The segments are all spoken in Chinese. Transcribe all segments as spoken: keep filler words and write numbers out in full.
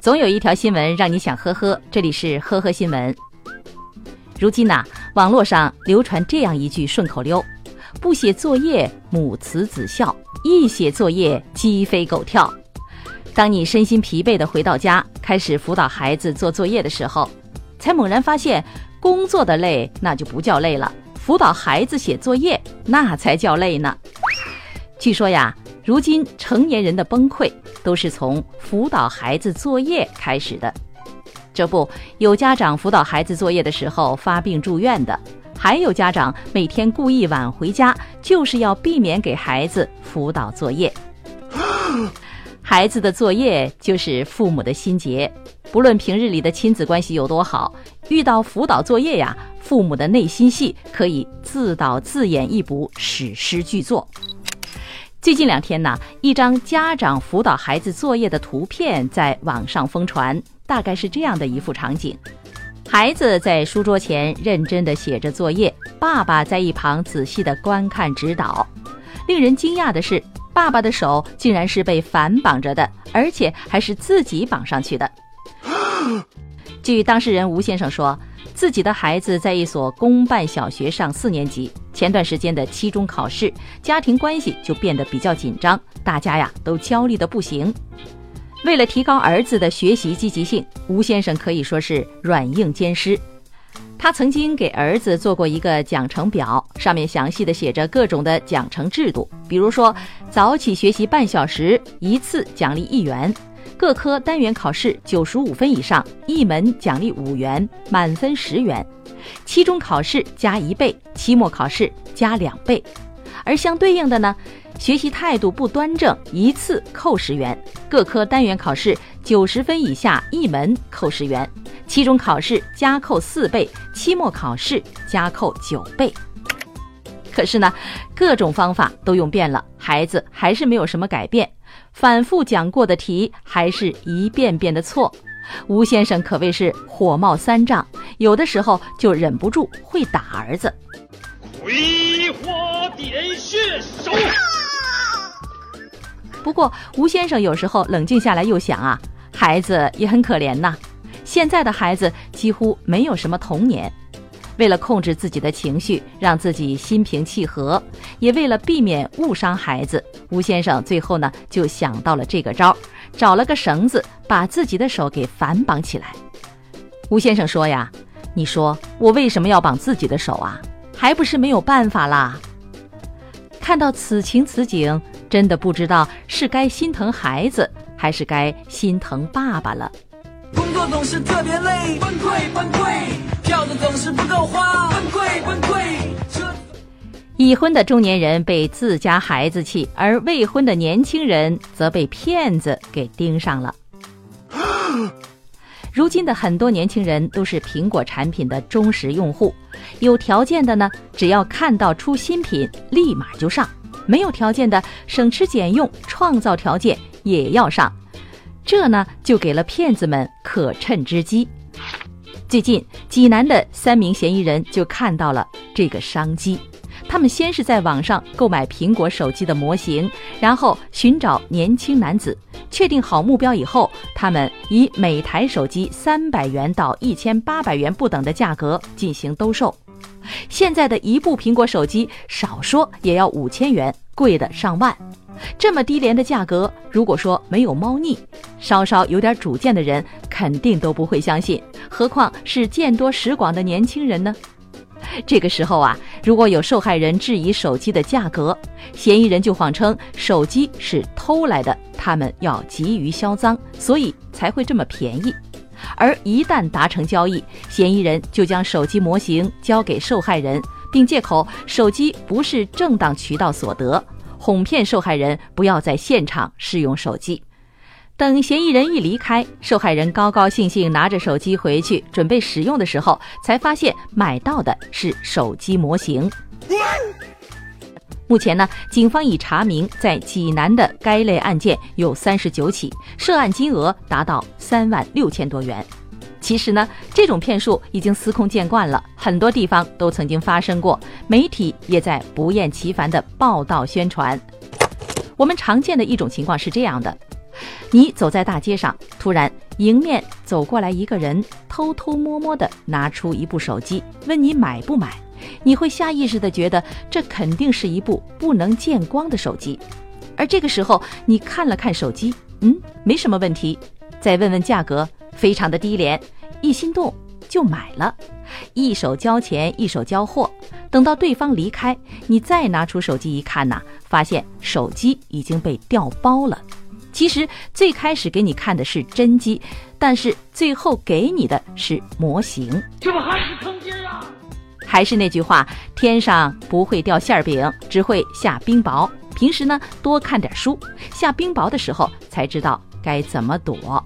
总有一条新闻让你想呵呵，这里是呵呵新闻。如今呐、啊，网络上流传这样一句顺口溜：不写作业母慈子孝，一写作业鸡飞狗跳。当你身心疲惫地回到家，开始辅导孩子做作业的时候，才猛然发现工作的累那就不叫累了，辅导孩子写作业那才叫累呢。据说呀，如今成年人的崩溃都是从辅导孩子作业开始的。这不，有家长辅导孩子作业的时候发病住院的，还有家长每天故意晚回家，就是要避免给孩子辅导作业。孩子的作业就是父母的心结，不论平日里的亲子关系有多好，遇到辅导作业呀，父母的内心戏可以自导自演一部史诗巨作。最近两天呢，一张家长辅导孩子作业的图片在网上疯传，大概是这样的一幅场景：孩子在书桌前认真地写着作业，爸爸在一旁仔细地观看指导。令人惊讶的是，爸爸的手竟然是被反绑着的，而且还是自己绑上去的。据当事人吴先生说，自己的孩子在一所公办小学上四年级，前段时间的期中考试，家庭关系就变得比较紧张，大家呀都焦虑得不行。为了提高儿子的学习积极性，吴先生可以说是软硬兼施。他曾经给儿子做过一个奖惩表，上面详细的写着各种的奖惩制度，比如说早起学习半小时，一次奖励一元；各科单元考试九十五分以上，一门奖励五元，满分十元；期中考试加一倍，期末考试加两倍。而相对应的呢，学习态度不端正，一次扣十元；各科单元考试九十分以下，一门扣十元；期中考试加扣四倍，期末考试加扣九倍。可是呢，各种方法都用遍了，孩子还是没有什么改变，反复讲过的题还是一遍遍的错。吴先生可谓是火冒三丈，有的时候就忍不住会打儿子。 葵花点穴手。 不过吴先生有时候冷静下来又想啊，孩子也很可怜呐，现在的孩子几乎没有什么童年。为了控制自己的情绪，让自己心平气和，也为了避免误伤孩子，吴先生最后呢就想到了这个招，找了个绳子把自己的手给反绑起来。吴先生说呀，你说我为什么要绑自己的手啊？还不是没有办法啦。看到此情此景，真的不知道是该心疼孩子，还是该心疼爸爸了。 工作总是特别累，崩溃崩溃，票子总是不够花，崩溃崩溃。 已婚的中年人被自家孩子气，而未婚的年轻人则被骗子给盯上了。如今的很多年轻人都是苹果产品的忠实用户，有条件的呢，只要看到出新品立马就上，没有条件的省吃俭用创造条件也要上，这呢就给了骗子们可乘之机。最近济南的三名嫌疑人就看到了这个商机，他们先是在网上购买苹果手机的模型，然后寻找年轻男子，确定好目标以后，他们以每台手机三百元到一千八百元不等的价格进行兜售。现在的一部苹果手机少说也要五千元，贵的上万。这么低廉的价格，如果说没有猫腻，稍稍有点主见的人肯定都不会相信，何况是见多识广的年轻人呢？这个时候啊，如果有受害人质疑手机的价格，嫌疑人就谎称手机是偷来的，他们要急于销赃，所以才会这么便宜。而一旦达成交易，嫌疑人就将手机模型交给受害人，并借口手机不是正当渠道所得，哄骗受害人不要在现场试用手机。等嫌疑人一离开，受害人高高兴兴拿着手机回去准备使用的时候，才发现买到的是手机模型。目前呢，警方已查明在济南的该类案件有三十九起，涉案金额达到三万六千多元。其实呢，这种骗术已经司空见惯了，很多地方都曾经发生过，媒体也在不厌其烦地报道宣传。我们常见的一种情况是这样的， 你走在大街上，突然迎面走过来一个人，偷偷摸摸地拿出一部手机，问你买不买。你会下意识地觉得这肯定是一部不能见光的手机，而这个时候你看了看手机，嗯，没什么问题，再问问价格，非常的低廉，一心动就买了，一手交钱一手交货。等到对方离开，你再拿出手机一看呐、啊，发现手机已经被调包了。其实最开始给你看的是真机，但是最后给你的是模型。 这不还是坑爹啊！ 还是那句话，天上不会掉馅饼，只会下冰雹。平时呢，多看点书，下冰雹的时候才知道该怎么躲。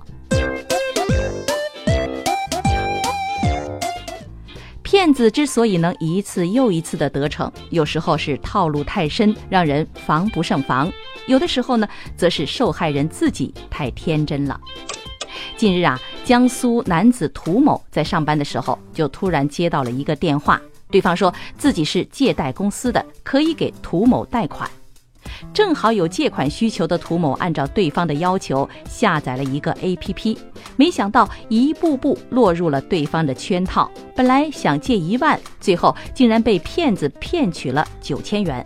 骗子之所以能一次又一次的得逞，有时候是套路太深，让人防不胜防；有的时候呢，则是受害人自己太天真了。近日啊，江苏男子涂某在上班的时候，就突然接到了一个电话，对方说自己是借贷公司的，可以给涂某贷款。正好有借款需求的涂某按照对方的要求下载了一个 A P P， 没想到一步步落入了对方的圈套，本来想借一万，最后竟然被骗子骗取了九千元。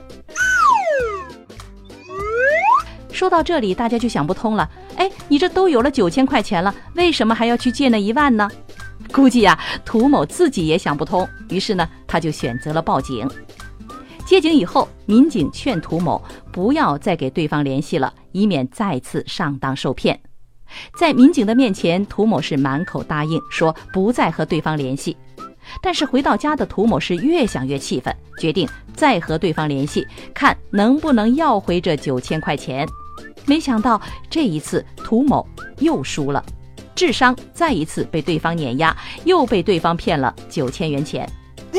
说到这里，大家就想不通了，哎，你这都有了九千块钱了，为什么还要去借那一万呢？估计啊，涂某自己也想不通，于是呢，他就选择了报警。接警以后，民警劝涂某不要再给对方联系了，以免再次上当受骗。在民警的面前，涂某是满口答应，说不再和对方联系。但是回到家的涂某是越想越气愤，决定再和对方联系，看能不能要回这九千块钱。没想到这一次涂某又输了，智商再一次被对方碾压，又被对方骗了九千元钱。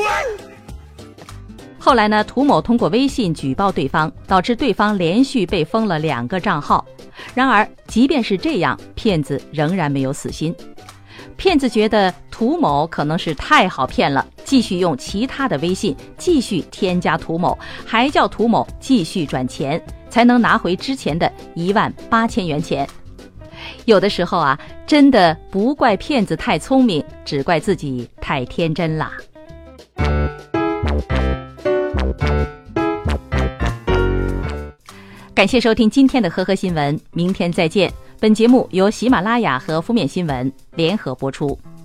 后来呢，涂某通过微信举报对方，导致对方连续被封了两个账号。然而即便是这样，骗子仍然没有死心。骗子觉得涂某可能是太好骗了，继续用其他的微信继续添加涂某，还叫涂某继续转钱，才能拿回之前的一万八千元钱。有的时候啊，真的不怪骗子太聪明，只怪自己太天真啦。感谢收听今天的呵呵新闻，明天再见。本节目由喜马拉雅和封面新闻联合播出。